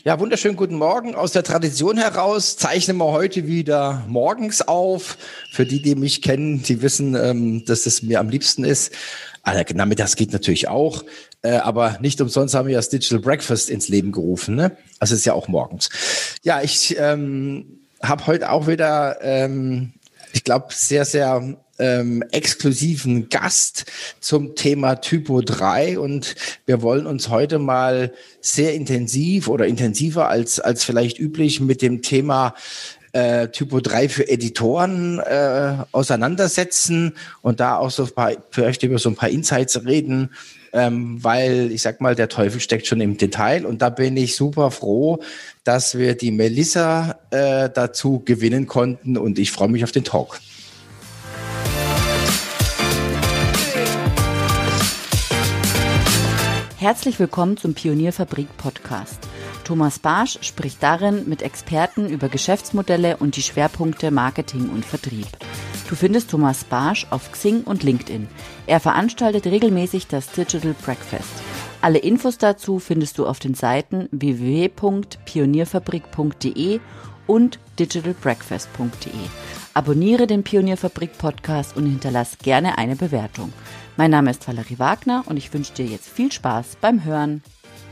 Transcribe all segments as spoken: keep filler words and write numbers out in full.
Ja, wunderschönen guten Morgen. Aus der Tradition heraus zeichnen wir heute wieder morgens auf. Für die, die mich kennen, die wissen, ähm, dass es mir am liebsten ist. Also, nachmittags geht natürlich auch, äh, aber nicht umsonst haben wir das Digital Breakfast ins Leben gerufen. Ne? Also es ist ja auch morgens. Ja, ich ähm, habe heute auch wieder, ähm, ich glaube, sehr, sehr ähm, exklusiven Gast zum Thema Typo drei und wir wollen uns heute mal sehr intensiv oder intensiver als als vielleicht üblich mit dem Thema äh, Typo drei für Editoren äh, auseinandersetzen und da auch so ein paar, vielleicht über so ein paar Insights reden, ähm, weil ich sag mal, der Teufel steckt schon im Detail und da bin ich super froh, dass wir die Melissa äh, dazu gewinnen konnten und ich freue mich auf den Talk. Herzlich willkommen zum Pionierfabrik-Podcast. Thomas Barsch spricht darin mit Experten über Geschäftsmodelle und die Schwerpunkte Marketing und Vertrieb. Du findest Thomas Barsch auf Xing und LinkedIn. Er veranstaltet regelmäßig das Digital Breakfast. Alle Infos dazu findest du auf den Seiten w w w punkt pionierfabrik punkt d e und digital breakfast punkt d e. Abonniere den Pionierfabrik-Podcast und hinterlass gerne eine Bewertung. Mein Name ist Valerie Wagner und ich wünsche dir jetzt viel Spaß beim Hören.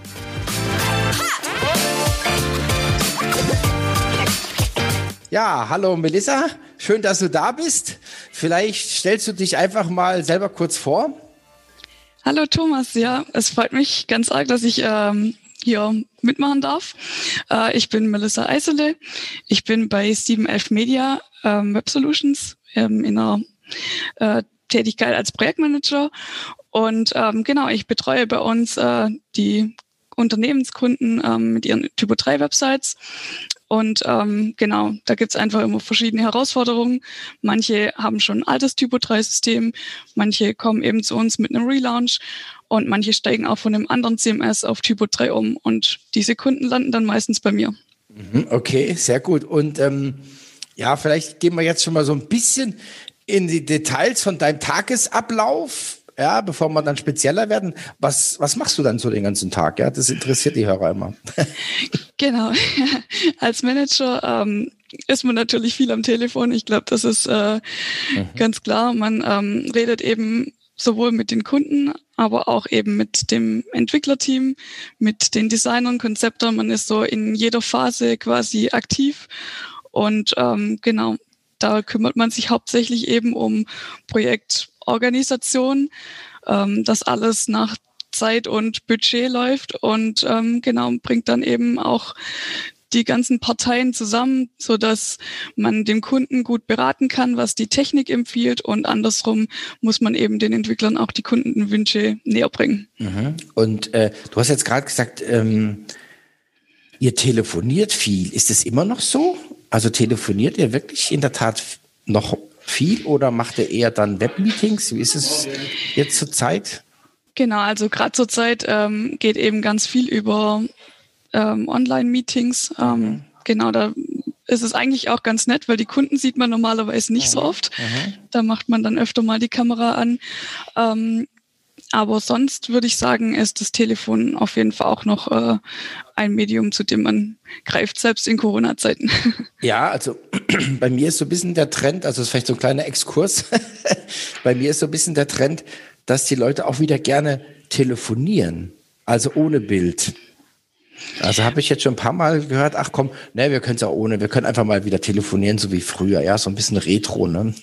Ja, hallo Melissa, schön, dass du da bist. Vielleicht stellst du dich einfach mal selber kurz vor. Hallo Thomas, ja, es freut mich ganz arg, dass ich ähm, hier mitmachen darf. Äh, ich bin Melissa Eisele, ich bin bei sieben elf Media ähm, Web Solutions ähm, in einer äh, Tätigkeit als Projektmanager und ähm, genau, ich betreue bei uns äh, die Unternehmenskunden ähm, mit ihren Typo drei Websites und ähm, genau, da gibt's einfach immer verschiedene Herausforderungen. Manche haben schon ein altes Typo drei System, manche kommen eben zu uns mit einem Relaunch und manche steigen auch von einem anderen C M S auf Typo drei um und diese Kunden landen dann meistens bei mir. Okay, sehr gut und ähm, ja, vielleicht gehen wir jetzt schon mal so ein bisschen in die Details von deinem Tagesablauf, ja, bevor wir dann spezieller werden. Was, was machst du dann so den ganzen Tag? Ja, das interessiert die Hörer immer. Genau. Als Manager ähm, ist man natürlich viel am Telefon. Ich glaube, das ist äh, mhm. ganz klar. Man ähm, redet eben sowohl mit den Kunden, aber auch eben mit dem Entwicklerteam, mit den Designern, Konzeptern. Man ist so in jeder Phase quasi aktiv und ähm, genau. Da kümmert man sich hauptsächlich eben um Projektorganisation, ähm, dass alles nach Zeit und Budget läuft und ähm, genau bringt dann eben auch die ganzen Parteien zusammen, so dass man dem Kunden gut beraten kann, was die Technik empfiehlt und andersrum muss man eben den Entwicklern auch die Kundenwünsche näher bringen. Mhm. Und äh, du hast jetzt gerade gesagt, ähm, ihr telefoniert viel. Ist es immer noch so? Also telefoniert ihr wirklich in der Tat noch viel oder macht ihr eher dann Webmeetings? Wie ist es jetzt zur Zeit? Genau, also gerade zur Zeit ähm, geht eben ganz viel über ähm, Online-Meetings. Ähm, mhm. Genau, da ist es eigentlich auch ganz nett, weil die Kunden sieht man normalerweise nicht mhm. so oft. Mhm. Da macht man dann öfter mal die Kamera an. Ähm, Aber sonst würde ich sagen, ist das Telefon auf jeden Fall auch noch äh, ein Medium, zu dem man greift, selbst in Corona-Zeiten. Ja, also bei mir ist so ein bisschen der Trend, also das ist vielleicht so ein kleiner Exkurs, bei mir ist so ein bisschen der Trend, dass die Leute auch wieder gerne telefonieren, also ohne Bild. Also habe ich jetzt schon ein paar Mal gehört, ach komm, ne, wir können es auch ohne, wir können einfach mal wieder telefonieren, so wie früher, ja, so ein bisschen Retro, ne?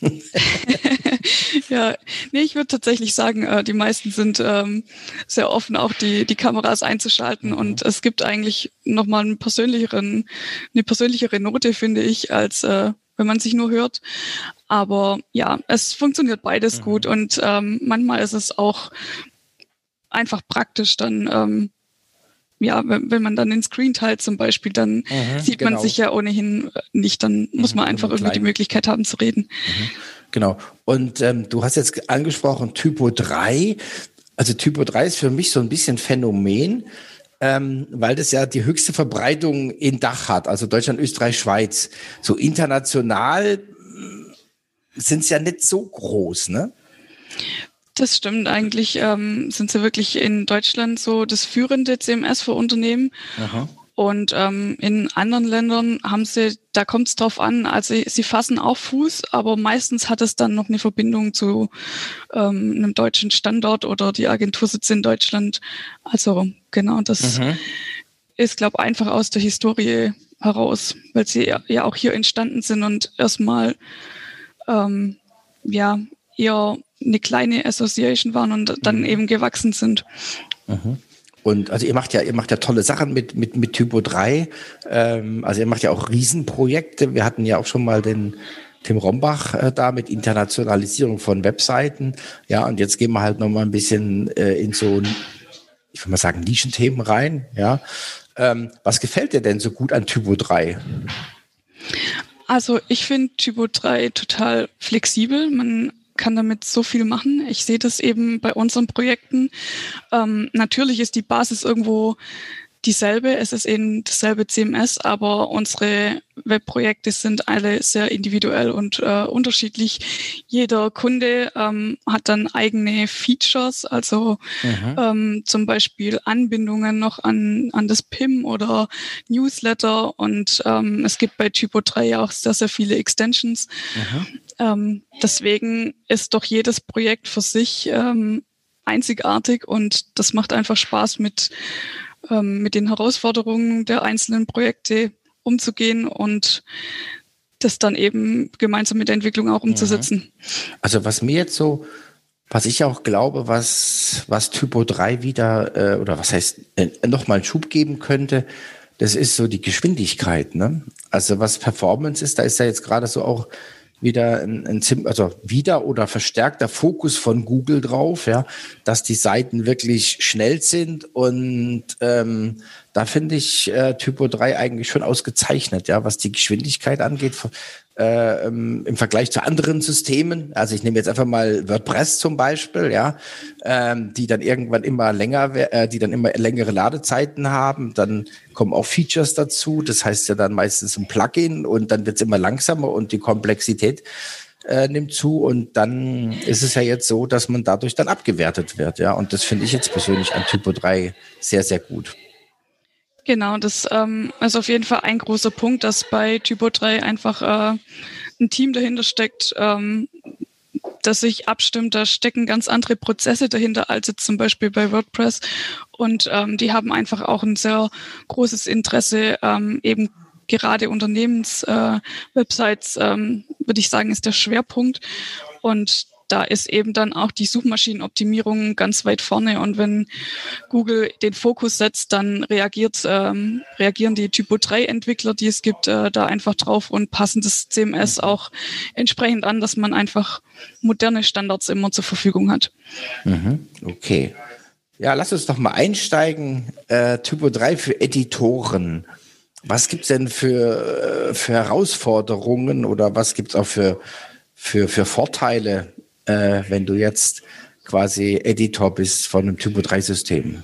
Ja, nee, ich würde tatsächlich sagen, äh, die meisten sind ähm, sehr offen, auch die die Kameras einzuschalten. Mhm. Und es gibt eigentlich nochmal einen persönlicheren, eine persönlichere Note, finde ich, als äh, wenn man sich nur hört. Aber ja, es funktioniert beides mhm. gut und ähm, manchmal ist es auch einfach praktisch dann, ähm, ja, wenn, wenn man dann den Screen teilt zum Beispiel, dann mhm, sieht genau. man sich ja ohnehin nicht, dann muss man einfach irgendwie die Möglichkeit haben zu reden. Mhm. Genau. Und ähm, du hast jetzt angesprochen Typo drei. Also Typo drei ist für mich so ein bisschen Phänomen, ähm, weil das ja die höchste Verbreitung in Dach hat, also Deutschland, Österreich, Schweiz. So international sind es ja nicht so groß, ne? Das stimmt. Eigentlich ähm, sind sie wirklich in Deutschland so das führende C M S für Unternehmen. Aha. Und ähm, in anderen Ländern haben sie, da kommt es drauf an, also sie fassen auch Fuß, aber meistens hat es dann noch eine Verbindung zu ähm, einem deutschen Standort oder die Agentur sitzt in Deutschland. Also genau, das mhm. ist, glaube ich, einfach aus der Historie heraus, weil sie ja auch hier entstanden sind und erstmal ähm, ja eher eine kleine Association waren und dann mhm. eben gewachsen sind. Mhm. Und also ihr macht ja, ihr macht ja tolle Sachen mit, mit, mit Typo drei. Ähm, also ihr macht ja auch Riesenprojekte. Wir hatten ja auch schon mal den Tim Rombach äh, da mit Internationalisierung von Webseiten. Ja, und jetzt gehen wir halt noch mal ein bisschen äh, in so, ich würde mal sagen, Nischenthemen rein. Ja. Ähm, was gefällt dir denn so gut an Typo drei? Also ich finde Typo drei total flexibel. Man kann damit so viel machen. Ich sehe das eben bei unseren Projekten. Ähm, natürlich ist die Basis irgendwo dieselbe. Es ist eben dasselbe C M S, aber unsere Webprojekte sind alle sehr individuell und äh, unterschiedlich. Jeder Kunde ähm, hat dann eigene Features, also mhm. ähm, zum Beispiel Anbindungen noch an, an das P I M oder Newsletter und ähm, es gibt bei Typo drei auch sehr, sehr viele Extensions. Mhm. Ähm, deswegen ist doch jedes Projekt für sich ähm, einzigartig und das macht einfach Spaß, mit, ähm, mit den Herausforderungen der einzelnen Projekte umzugehen und das dann eben gemeinsam mit der Entwicklung auch umzusetzen. Also was mir jetzt so, was ich auch glaube, was, was Typo drei wieder, äh, oder was heißt, äh, nochmal einen Schub geben könnte, das ist so die Geschwindigkeit, ne? Also was Performance ist, da ist ja jetzt gerade so auch wieder ein, ein also wieder oder verstärkter Fokus von Google drauf, ja, dass die Seiten wirklich schnell sind und ähm, da finde ich äh, Typo drei eigentlich schon ausgezeichnet, ja, was die Geschwindigkeit angeht, äh, im, im Vergleich zu anderen Systemen. Also ich nehme jetzt einfach mal WordPress zum Beispiel, ja, ähm, die dann irgendwann immer länger, äh, die dann immer längere Ladezeiten haben. Dann kommen auch Features dazu. Das heißt ja dann meistens ein Plugin und dann wird es immer langsamer und die Komplexität äh, nimmt zu. Und dann ist es ja jetzt so, dass man dadurch dann abgewertet wird, ja. Und das finde ich jetzt persönlich an Typo drei sehr, sehr gut. Genau, das ähm, ist auf jeden Fall ein großer Punkt, dass bei Typo drei einfach äh, ein Team dahinter steckt, ähm, das sich abstimmt. Da stecken ganz andere Prozesse dahinter als jetzt zum Beispiel bei WordPress. Und ähm, die haben einfach auch ein sehr großes Interesse, ähm, eben gerade Unternehmenswebsites, äh, ähm, würde ich sagen, ist der Schwerpunkt. Und da ist eben dann auch die Suchmaschinenoptimierung ganz weit vorne. Und wenn Google den Fokus setzt, dann reagiert, ähm, reagieren die Typo drei Entwickler, die es gibt, äh, da einfach drauf und passen das C M S auch entsprechend an, dass man einfach moderne Standards immer zur Verfügung hat. Mhm, okay. Ja, lass uns doch mal einsteigen. Äh, Typo drei für Editoren. Was gibt's denn für, für Herausforderungen oder was gibt's auch für, für, für Vorteile, äh, wenn du jetzt quasi Editor bist von einem Typo drei System?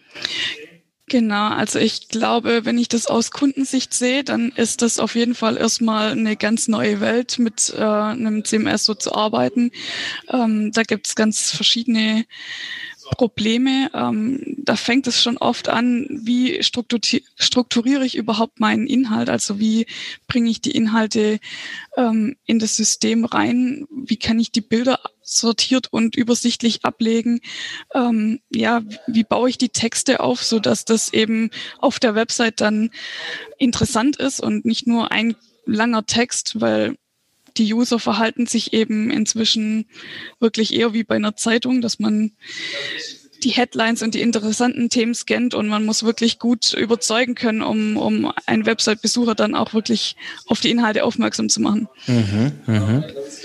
Genau, also ich glaube, wenn ich das aus Kundensicht sehe, dann ist das auf jeden Fall erstmal eine ganz neue Welt, mit äh, einem C M S so zu arbeiten. Ähm, da gibt's ganz verschiedene Probleme. Ähm, da fängt es schon oft an, wie strukturi- strukturiere ich überhaupt meinen Inhalt? Also wie bringe ich die Inhalte ähm, in das System rein? Wie kann ich die Bilder sortiert und übersichtlich ablegen? Ähm, ja, wie baue ich die Texte auf, so dass das eben auf der Website dann interessant ist und nicht nur ein langer Text, weil die User verhalten sich eben inzwischen wirklich eher wie bei einer Zeitung, dass man die Headlines und die interessanten Themen scannt und man muss wirklich gut überzeugen können, um, um einen Website-Besucher dann auch wirklich auf die Inhalte aufmerksam zu machen. Mhm, mh.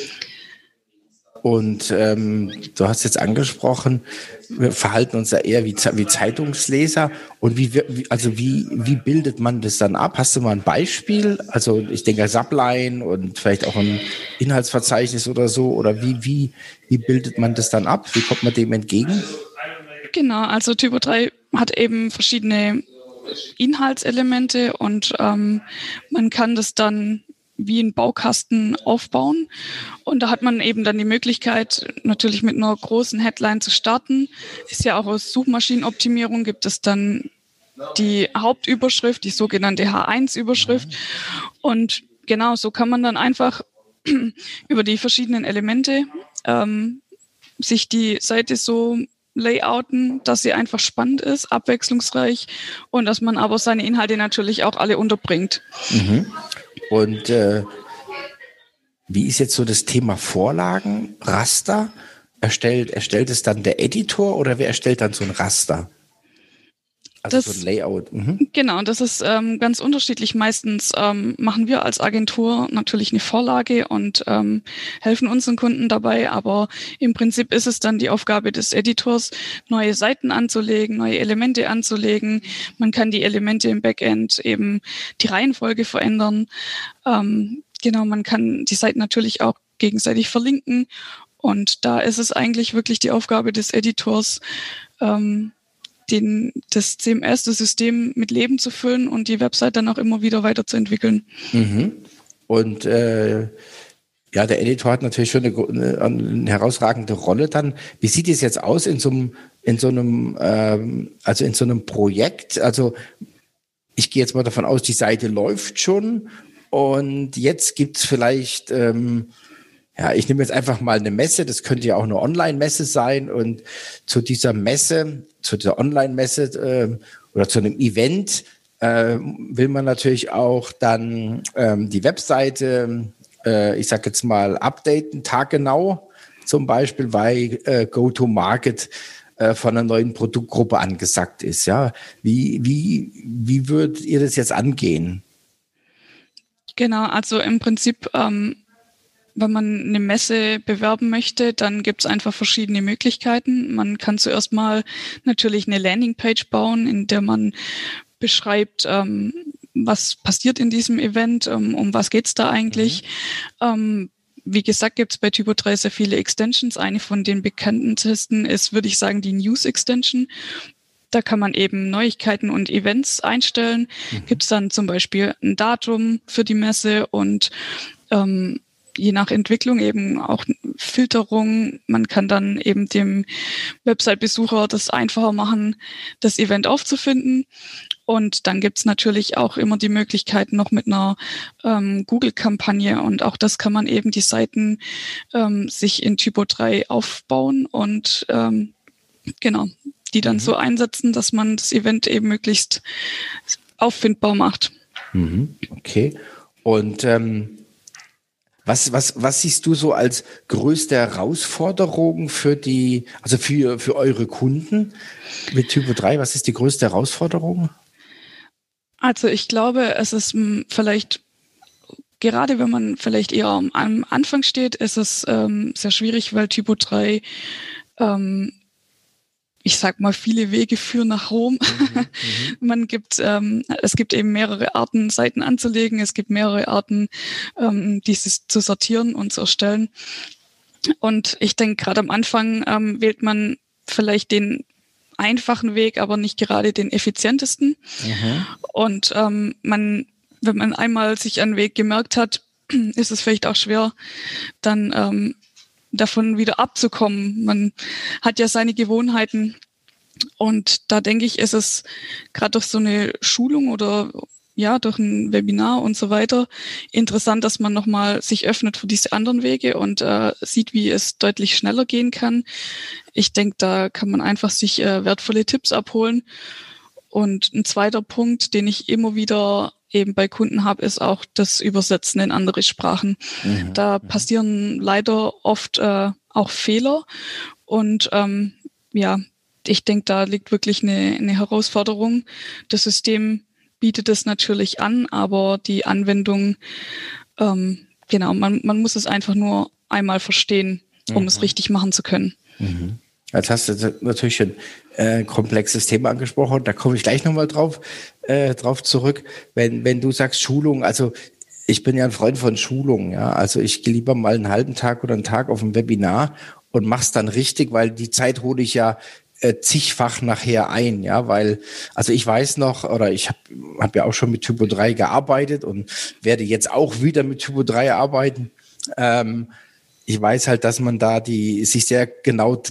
Und ähm, du hast jetzt angesprochen, wir verhalten uns ja eher wie, wie Zeitungsleser. Und wie, wie, also wie, wie bildet man das dann ab? Hast du mal ein Beispiel? Also ich denke Subline und vielleicht auch ein Inhaltsverzeichnis oder so. Oder wie, wie, wie bildet man das dann ab? Wie kommt man dem entgegen? Genau, also Typo drei hat eben verschiedene Inhaltselemente und ähm, man kann das dann wie ein Baukasten aufbauen. Und da hat man eben dann die Möglichkeit, natürlich mit einer großen Headline zu starten. Ist ja auch aus Suchmaschinenoptimierung gibt es dann die Hauptüberschrift, die sogenannte H eins Überschrift. Mhm. Und genau, so kann man dann einfach über die verschiedenen Elemente ähm, sich die Seite so layouten, dass sie einfach spannend ist, abwechslungsreich und dass man aber seine Inhalte natürlich auch alle unterbringt. Mhm. Und äh, wie ist jetzt so das Thema Vorlagen, Raster? Erstellt, erstellt es dann der Editor oder wer erstellt dann so ein Raster? Also das, so ein Layout. Mhm. Genau, das ist ähm, ganz unterschiedlich. Meistens ähm, machen wir als Agentur natürlich eine Vorlage und ähm, helfen unseren Kunden dabei. Aber im Prinzip ist es dann die Aufgabe des Editors, neue Seiten anzulegen, neue Elemente anzulegen. Man kann die Elemente im Backend eben die Reihenfolge verändern. Ähm, genau, man kann die Seiten natürlich auch gegenseitig verlinken. Und da ist es eigentlich wirklich die Aufgabe des Editors, ähm, Den, das C M S, das System mit Leben zu füllen und die Website dann auch immer wieder weiterzuentwickeln. Mhm. Und äh, ja, der Editor hat natürlich schon eine, eine herausragende Rolle dann. Wie sieht es jetzt aus in so einem, in so einem, ähm, also in so einem Projekt? Also ich gehe jetzt mal davon aus, die Seite läuft schon und jetzt gibt es vielleicht ähm, ja, ich nehme jetzt einfach mal eine Messe, das könnte ja auch eine Online-Messe sein und zu dieser Messe, zu dieser Online-Messe äh, oder zu einem Event äh, will man natürlich auch dann ähm, die Webseite, äh, ich sag jetzt mal, updaten, taggenau, zum Beispiel, weil äh, Go-to-Market äh, von einer neuen Produktgruppe angesagt ist. Ja, wie, wie, wie würdet ihr das jetzt angehen? Genau, also im Prinzip ähm wenn man eine Messe bewerben möchte, dann gibt es einfach verschiedene Möglichkeiten. Man kann zuerst mal natürlich eine Landingpage bauen, in der man beschreibt, ähm, was passiert in diesem Event, ähm, um was geht's da eigentlich. Mhm. Ähm, wie gesagt, gibt es bei Typo drei sehr viele Extensions. Eine von den bekanntesten ist, würde ich sagen, die News-Extension. Da kann man eben Neuigkeiten und Events einstellen. Mhm. Gibt es dann zum Beispiel ein Datum für die Messe und ähm, je nach Entwicklung eben auch Filterung. Man kann dann eben dem Website-Besucher das einfacher machen, das Event aufzufinden. Und dann gibt's natürlich auch immer die Möglichkeit noch mit einer ähm, Google-Kampagne. Und auch das kann man eben die Seiten ähm, sich in Typo drei aufbauen und ähm, genau, die dann mhm. so einsetzen, dass man das Event eben möglichst auffindbar macht. Mhm. Okay. Und ähm Was, was, was siehst du so als größte Herausforderung für die, also für, für eure Kunden mit Typo drei? Was ist die größte Herausforderung? Also ich glaube, es ist m, vielleicht, gerade wenn man vielleicht eher am, am Anfang steht, ist es ähm, sehr schwierig, weil Typo drei ähm, ich sag mal, viele Wege führen nach Rom. Mhm, Man gibt, ähm, es gibt eben mehrere Arten, Seiten anzulegen. Es gibt mehrere Arten, ähm, dieses zu sortieren und zu erstellen. Und ich denke, gerade am Anfang ähm, wählt man vielleicht den einfachen Weg, aber nicht gerade den effizientesten. Mhm. Und ähm, man, wenn man einmal sich einen Weg gemerkt hat, ist es vielleicht auch schwer, dann ähm, davon wieder abzukommen. Man hat ja seine Gewohnheiten und da denke ich, ist es gerade durch so eine Schulung oder ja durch ein Webinar und so weiter interessant, dass man nochmal sich öffnet für diese anderen Wege und äh, sieht, wie es deutlich schneller gehen kann. Ich denke, da kann man einfach sich äh, wertvolle Tipps abholen. Und ein zweiter Punkt, den ich immer wieder eben bei Kunden habe, ist auch das Übersetzen in andere Sprachen. Mhm. Da passieren leider oft äh, auch Fehler und ähm, ja, ich denke, da liegt wirklich eine, eine Herausforderung. Das System bietet es natürlich an, aber die Anwendung, ähm, genau, man, man muss es einfach nur einmal verstehen, um mhm. es richtig machen zu können. Mhm. Jetzt hast du natürlich ein äh, komplexes Thema angesprochen, da komme ich gleich nochmal drauf, äh, drauf zurück. Wenn, wenn du sagst Schulung, also ich bin ja ein Freund von Schulungen, ja, also ich gehe lieber mal einen halben Tag oder einen Tag auf ein Webinar und mach's dann richtig, weil die Zeit hole ich ja äh, zigfach nachher ein, ja, weil, also ich weiß noch, oder ich habe hab ja auch schon mit Typo drei gearbeitet und werde jetzt auch wieder mit Typo drei arbeiten. Ähm, ich weiß halt, dass man da die sich sehr genau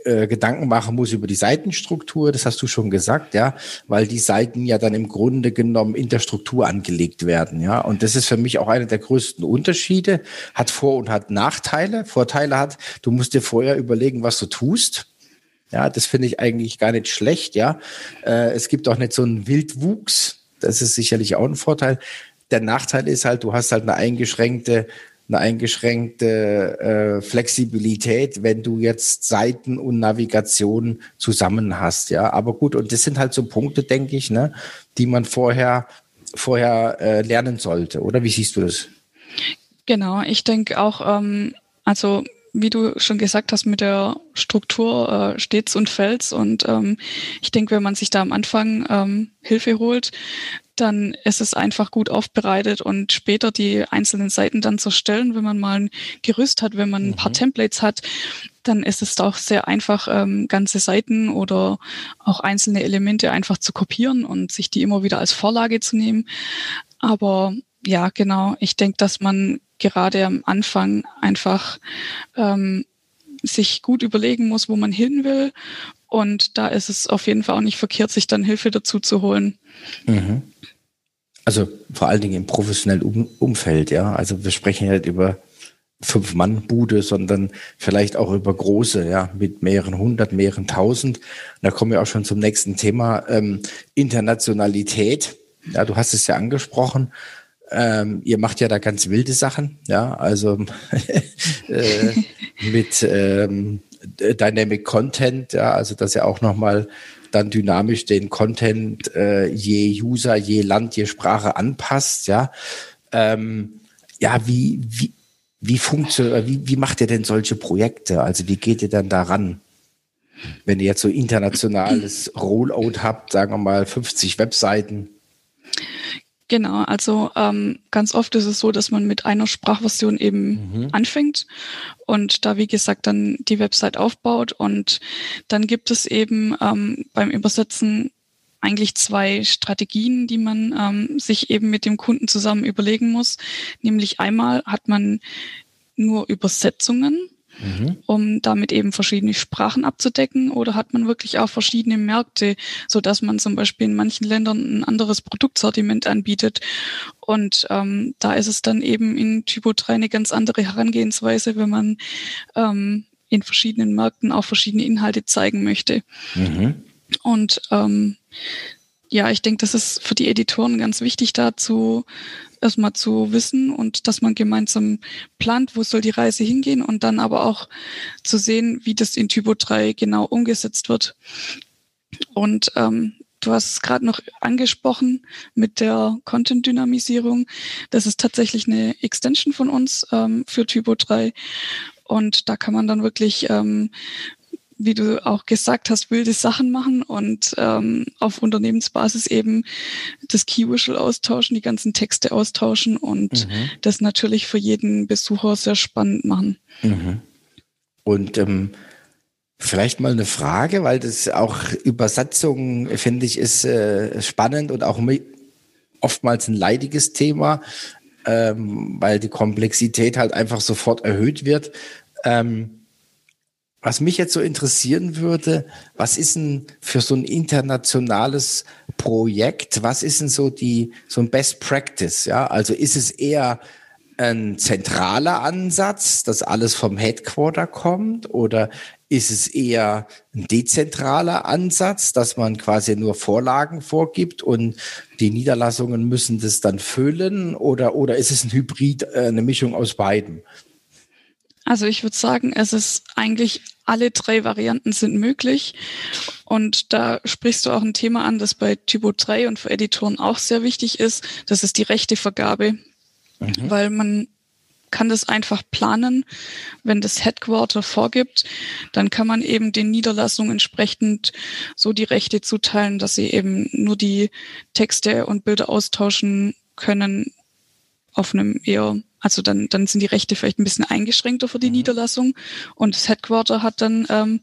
äh, Gedanken machen muss über die Seitenstruktur, das hast du schon gesagt, ja, weil die Seiten ja dann im Grunde genommen in der Struktur angelegt werden, ja. Und das ist für mich auch einer der größten Unterschiede, hat Vor- und hat Nachteile. Vorteile hat, du musst dir vorher überlegen, was du tust. Ja, das finde ich eigentlich gar nicht schlecht, ja. Äh, es gibt auch nicht so einen Wildwuchs, das ist sicherlich auch ein Vorteil. Der Nachteil ist halt, du hast halt eine eingeschränkte eine eingeschränkte äh, Flexibilität, wenn du jetzt Seiten und Navigation zusammen hast, ja. Aber gut, und das sind halt so Punkte, denke ich, ne, die man vorher vorher äh, lernen sollte, oder? Wie siehst du das? Genau, ich denke auch, ähm, also wie du schon gesagt hast, mit der Struktur äh, steht's und fällt's. Und ähm, ich denke, wenn man sich da am Anfang ähm, Hilfe holt, dann ist es einfach gut aufbereitet und später die einzelnen Seiten dann zu erstellen, wenn man mal ein Gerüst hat, wenn man ein paar mhm. Templates hat, dann ist es auch sehr einfach, ähm, ganze Seiten oder auch einzelne Elemente einfach zu kopieren und sich die immer wieder als Vorlage zu nehmen. Aber ja, genau, ich denke, dass man gerade am Anfang einfach ähm, sich gut überlegen muss, wo man hin will. Und da ist es auf jeden Fall auch nicht verkehrt, sich dann Hilfe dazu zu holen. Mhm. Also vor allen Dingen im professionellen um- Umfeld, ja. Also wir sprechen ja nicht über Fünf-Mann-Bude, sondern vielleicht auch über große, ja, mit mehreren hundert, mehreren tausend. Und da kommen wir auch schon zum nächsten Thema, ähm, Internationalität. Ja, du hast es ja angesprochen. Ähm, ihr macht ja da ganz wilde Sachen, ja, also äh, mit ähm, Dynamic Content, ja, also dass ihr auch nochmal dann dynamisch den Content äh, je User, je Land, je Sprache anpasst, ja. Ähm, ja, wie, wie, wie funktioniert, wie, wie macht ihr denn solche Projekte? Also wie geht ihr dann daran? Wenn ihr jetzt so internationales Rollout habt, sagen wir mal fünfzig Webseiten. Genau, also ähm, ganz oft ist es so, dass man mit einer Sprachversion eben mhm. anfängt und da, wie gesagt, dann die Website aufbaut und dann gibt es eben ähm, beim Übersetzen eigentlich zwei Strategien, die man ähm, sich eben mit dem Kunden zusammen überlegen muss. Nämlich einmal hat man nur Übersetzungen, Mhm. um damit eben verschiedene Sprachen abzudecken, oder hat man wirklich auch verschiedene Märkte, so dass man zum Beispiel in manchen Ländern ein anderes Produktsortiment anbietet. Und ähm, da ist es dann eben in Typo drei eine ganz andere Herangehensweise, wenn man ähm, in verschiedenen Märkten auch verschiedene Inhalte zeigen möchte. Mhm. Und ähm, ja, ich denke, das ist für die Editoren ganz wichtig, dazu erstmal zu wissen und dass man gemeinsam plant, wo soll die Reise hingehen und dann aber auch zu sehen, wie das in Typo drei genau umgesetzt wird. Und ähm, du hast es gerade noch angesprochen mit der Content-Dynamisierung. Das ist tatsächlich eine Extension von uns ähm, für Typo drei und da kann man dann wirklich ähm, wie du auch gesagt hast, wilde Sachen machen und ähm, auf Unternehmensbasis eben das Key-Visual austauschen, die ganzen Texte austauschen und mhm. das natürlich für jeden Besucher sehr spannend machen. Mhm. Und ähm, vielleicht mal eine Frage, weil das auch Übersetzung, finde ich, ist äh, spannend und auch oftmals ein leidiges Thema, ähm, weil die Komplexität halt einfach sofort erhöht wird. Ähm, Was mich jetzt so interessieren würde, was ist denn für so ein internationales Projekt, was ist denn so die, so ein Best Practice, ja? Also ist es eher ein zentraler Ansatz, dass alles vom Headquarter kommt, oder ist es eher ein dezentraler Ansatz, dass man quasi nur Vorlagen vorgibt und die Niederlassungen müssen das dann füllen, oder, oder ist es ein Hybrid, eine Mischung aus beidem? Also ich würde sagen, es ist eigentlich, alle drei Varianten sind möglich. Und da sprichst du auch ein Thema an, das bei Typo drei und für Editoren auch sehr wichtig ist. Das ist die Rechtevergabe. Mhm. Weil man kann das einfach planen. Wenn das Headquarter vorgibt, dann kann man eben den Niederlassungen entsprechend so die Rechte zuteilen, dass sie eben nur die Texte und Bilder austauschen können auf einem eher, also dann, dann sind die Rechte vielleicht ein bisschen eingeschränkter für die mhm. Niederlassung und das Headquarter hat dann ähm,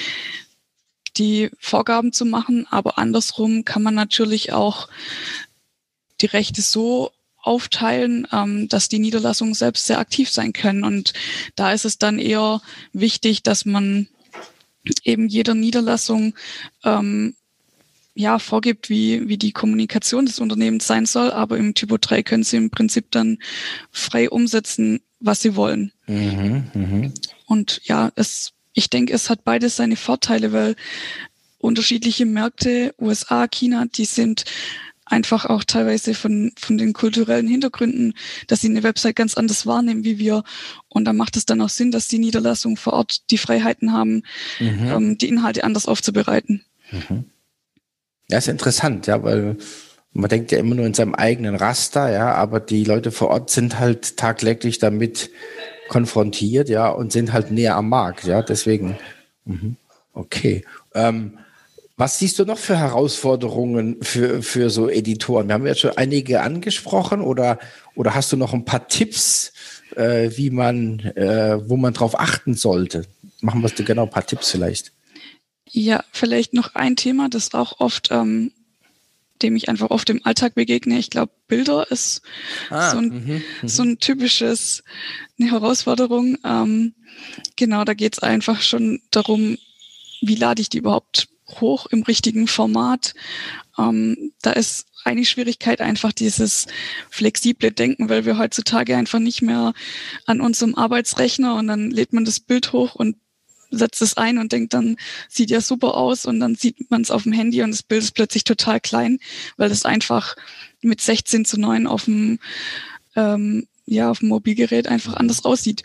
die Vorgaben zu machen, aber andersrum kann man natürlich auch die Rechte so aufteilen, ähm, dass die Niederlassungen selbst sehr aktiv sein können und da ist es dann eher wichtig, dass man eben jeder Niederlassung ähm, ja, vorgibt, wie, wie die Kommunikation des Unternehmens sein soll, aber im Typo drei können sie im Prinzip dann frei umsetzen, was sie wollen. Mhm, mh. Und ja, es, ich denke, es hat beides seine Vorteile, weil unterschiedliche Märkte, U S A, China, die sind einfach auch teilweise von, von den kulturellen Hintergründen, dass sie eine Website ganz anders wahrnehmen wie wir. Und da macht es dann auch Sinn, dass die Niederlassungen vor Ort die Freiheiten haben, Mhm. ähm, die Inhalte anders aufzubereiten. Mhm. Ja, ist interessant, ja, weil man denkt ja immer nur in seinem eigenen Raster, ja, aber die Leute vor Ort sind halt tagtäglich damit konfrontiert, ja, und sind halt näher am Markt, ja, deswegen. Mhm. Okay. Ähm, was siehst du noch für Herausforderungen für, für so Editoren? Wir haben jetzt schon einige angesprochen, oder, oder hast du noch ein paar Tipps, äh, wie man, äh, wo man drauf achten sollte? Machen wir genau ein paar Tipps vielleicht. Ja, vielleicht noch ein Thema, das auch oft, ähm, dem ich einfach oft im Alltag begegne. Ich glaube, Bilder ist Ah, so, ein, mhm, mhm. so ein typisches, eine Herausforderung. Ähm, genau, da geht es einfach schon darum, wie lade ich die überhaupt hoch im richtigen Format. Ähm, da ist eine Schwierigkeit einfach dieses flexible Denken, weil wir heutzutage einfach nicht mehr an unserem Arbeitsrechner und dann lädt man das Bild hoch und setzt es ein und denkt dann, sieht ja super aus, und dann sieht man es auf dem Handy und das Bild ist plötzlich total klein, weil das einfach mit sechzehn zu neun auf dem, ähm, ja, auf dem Mobilgerät einfach anders aussieht.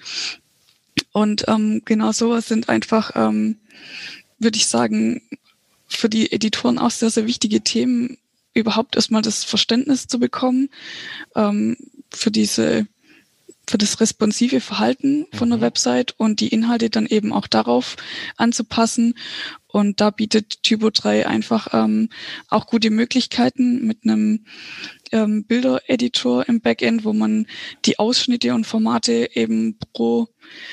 Und ähm, genau sowas sind einfach, ähm, würde ich sagen, für die Editoren auch sehr, sehr wichtige Themen, überhaupt erstmal das Verständnis zu bekommen, ähm, für diese für das responsive Verhalten von der Mhm. Website und die Inhalte dann eben auch darauf anzupassen. Und da bietet Typo drei einfach ähm, auch gute Möglichkeiten mit einem ähm, Bilder-Editor im Backend, wo man die Ausschnitte und Formate eben pro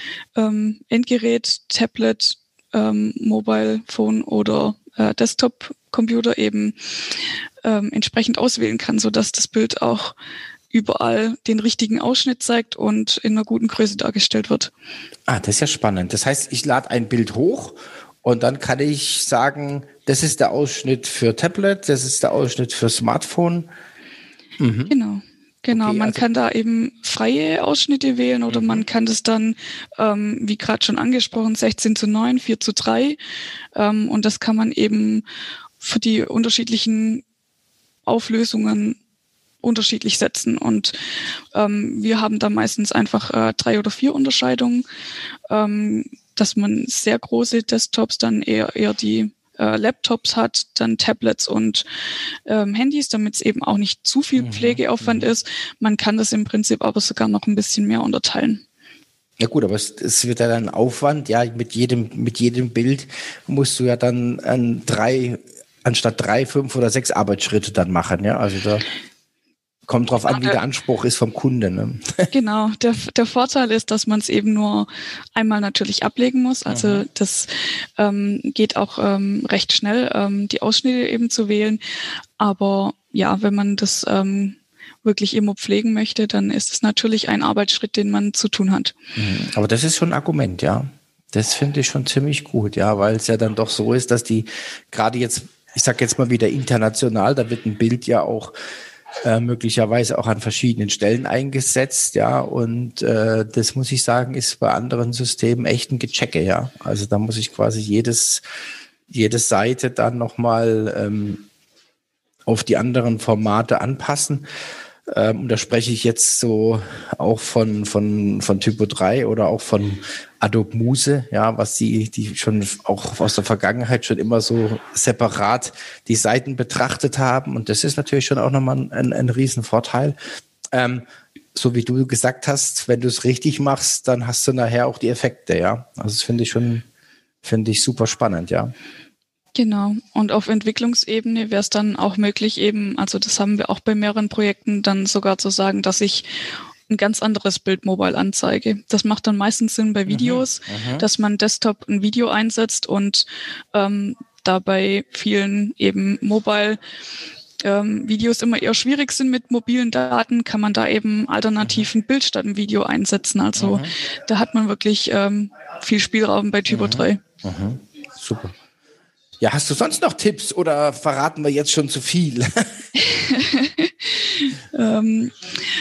ähm, Endgerät, Tablet, ähm, Mobile Phone oder äh, Desktop-Computer eben ähm, entsprechend auswählen kann, sodass das Bild auch überall den richtigen Ausschnitt zeigt und in einer guten Größe dargestellt wird. Ah, das ist ja spannend. Das heißt, ich lade ein Bild hoch und dann kann ich sagen, das ist der Ausschnitt für Tablet, das ist der Ausschnitt für Smartphone. Mhm. Genau. Genau, Okay, man also- kann da eben freie Ausschnitte wählen oder Mhm. man kann das dann, ähm, wie gerade schon angesprochen, sechzehn zu neun, vier zu drei. Ähm, und das kann man eben für die unterschiedlichen Auflösungen unterschiedlich setzen. Und ähm, wir haben da meistens einfach äh, drei oder vier Unterscheidungen, ähm, dass man sehr große Desktops, dann eher eher die äh, Laptops hat, dann Tablets und ähm, Handys, damit es eben auch nicht zu viel Mhm, Pflegeaufwand mhm. ist. Man kann das im Prinzip aber sogar noch ein bisschen mehr unterteilen. Ja gut, aber es, es wird ja dann Aufwand, ja, mit jedem, mit jedem Bild musst du ja dann an drei, anstatt drei, fünf oder sechs Arbeitsschritte dann machen, ja. Also da kommt drauf an, wie der Anspruch ist vom Kunden. Ne? Genau, der, der Vorteil ist, dass man es eben nur einmal natürlich ablegen muss. Also Mhm. das ähm, geht auch ähm, recht schnell, ähm, die Ausschnitte eben zu wählen. Aber ja, wenn man das ähm, wirklich immer pflegen möchte, dann ist es natürlich ein Arbeitsschritt, den man zu tun hat. Mhm. Aber das ist schon ein Argument, ja. Das finde ich schon ziemlich gut, ja, weil es ja dann doch so ist, dass die gerade jetzt, ich sag jetzt mal wieder international, da wird ein Bild ja auch äh, möglicherweise auch an verschiedenen Stellen eingesetzt, ja, und äh, das muss ich sagen, ist bei anderen Systemen echt ein Gechecke, ja. Also da muss ich quasi jedes, jede Seite dann nochmal ähm, auf die anderen Formate anpassen. Ähm, und da spreche ich jetzt so auch von, von, von Typo drei oder auch von Adobe Muse, ja, was die, die schon auch aus der Vergangenheit schon immer so separat die Seiten betrachtet haben. Und das ist natürlich schon auch nochmal ein, ein, ein Riesenvorteil. Ähm, so wie du gesagt hast, wenn du es richtig machst, dann hast du nachher auch die Effekte, ja. Also das finde ich schon, finde ich super spannend, ja. Genau. Und auf Entwicklungsebene wäre es dann auch möglich, eben, also das haben wir auch bei mehreren Projekten, dann sogar zu sagen, dass ich ein ganz anderes Bild mobile anzeige. Das macht dann meistens Sinn bei Videos, Mhm, mhm. dass man Desktop ein Video einsetzt und ähm, dabei vielen eben mobile ähm, Videos immer eher schwierig sind mit mobilen Daten, kann man da eben alternativ ein Bild statt ein Video einsetzen. Also Mhm. da hat man wirklich ähm, viel Spielraum bei Typo drei. Mhm. super. Ja, hast du sonst noch Tipps oder verraten wir jetzt schon zu viel? ähm,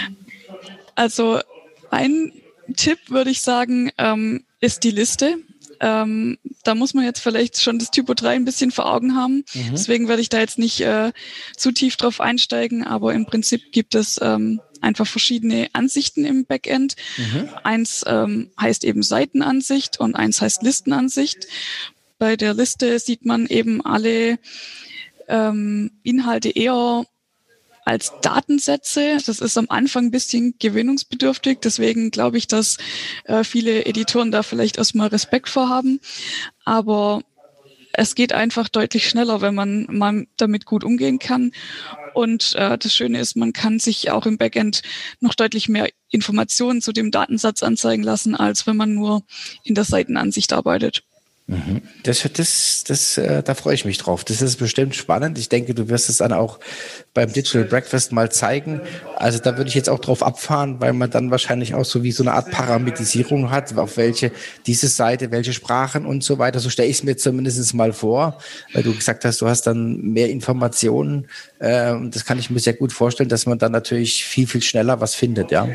also ein Tipp würde ich sagen, ähm, ist die Liste. Ähm, da muss man jetzt vielleicht schon das Typo drei ein bisschen vor Augen haben. Mhm. Deswegen werde ich da jetzt nicht äh, zu tief drauf einsteigen, aber im Prinzip gibt es ähm, einfach verschiedene Ansichten im Backend. Mhm. Eins ähm, heißt eben Seitenansicht und eins heißt Listenansicht. Bei der Liste sieht man eben alle ähm, Inhalte eher als Datensätze. Das ist am Anfang ein bisschen gewöhnungsbedürftig. Deswegen glaube ich, dass äh, viele Editoren da vielleicht erstmal Respekt vorhaben. Aber es geht einfach deutlich schneller, wenn man mal damit gut umgehen kann. Und äh, das Schöne ist, man kann sich auch im Backend noch deutlich mehr Informationen zu dem Datensatz anzeigen lassen, als wenn man nur in der Seitenansicht arbeitet. Das, das, das, äh, da freue ich mich drauf. Das ist bestimmt spannend. Ich denke, du wirst es dann auch beim Digital Breakfast mal zeigen. Also da würde ich jetzt auch drauf abfahren, weil man dann wahrscheinlich auch so wie so eine Art Parametrisierung hat, auf welche diese Seite, welche Sprachen und so weiter. So stelle ich es mir zumindest mal vor, weil du gesagt hast, du hast dann mehr Informationen. Äh, und das kann ich mir sehr gut vorstellen, dass man dann natürlich viel, viel schneller was findet, ja.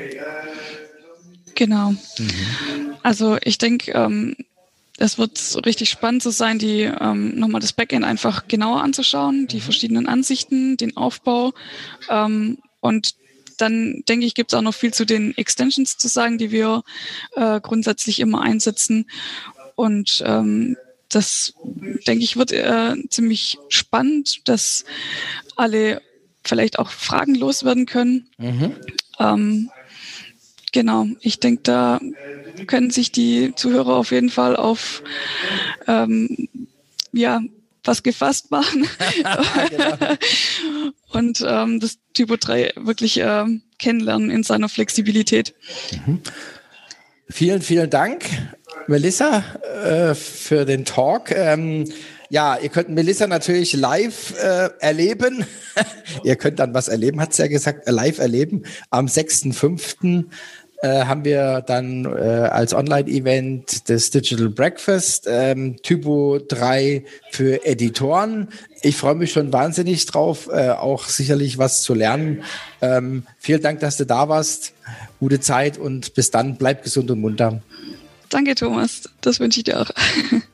Genau. Mhm. Also ich denke, ähm, es wird richtig spannend zu sein, die ähm, nochmal das Backend einfach genauer anzuschauen, die mhm. verschiedenen Ansichten, den Aufbau. Ähm, und dann, denke ich, gibt es auch noch viel zu den Extensions zu sagen, die wir äh, grundsätzlich immer einsetzen. Und ähm, das, denke ich, wird äh, ziemlich spannend, dass alle vielleicht auch Fragen loswerden können. Mhm. Ähm, Genau, ich denke, da können sich die Zuhörer auf jeden Fall auf ähm, ja was gefasst machen genau. und ähm, das Typo drei wirklich äh, kennenlernen in seiner Flexibilität. Mhm. Vielen, vielen Dank, Melissa, äh, für den Talk. Ähm, Ja, ihr könnt Melissa natürlich live äh, erleben. Ihr könnt dann was erleben, hat sie ja gesagt, live erleben. Am sechsten fünften äh, haben wir dann äh, als Online-Event das Digital Breakfast, ähm, Typo drei für Editoren. Ich freue mich schon wahnsinnig drauf, äh, auch sicherlich was zu lernen. Ähm, vielen Dank, dass du da warst. Gute Zeit und bis dann. Bleib gesund und munter. Danke, Thomas. Das wünsche ich dir auch.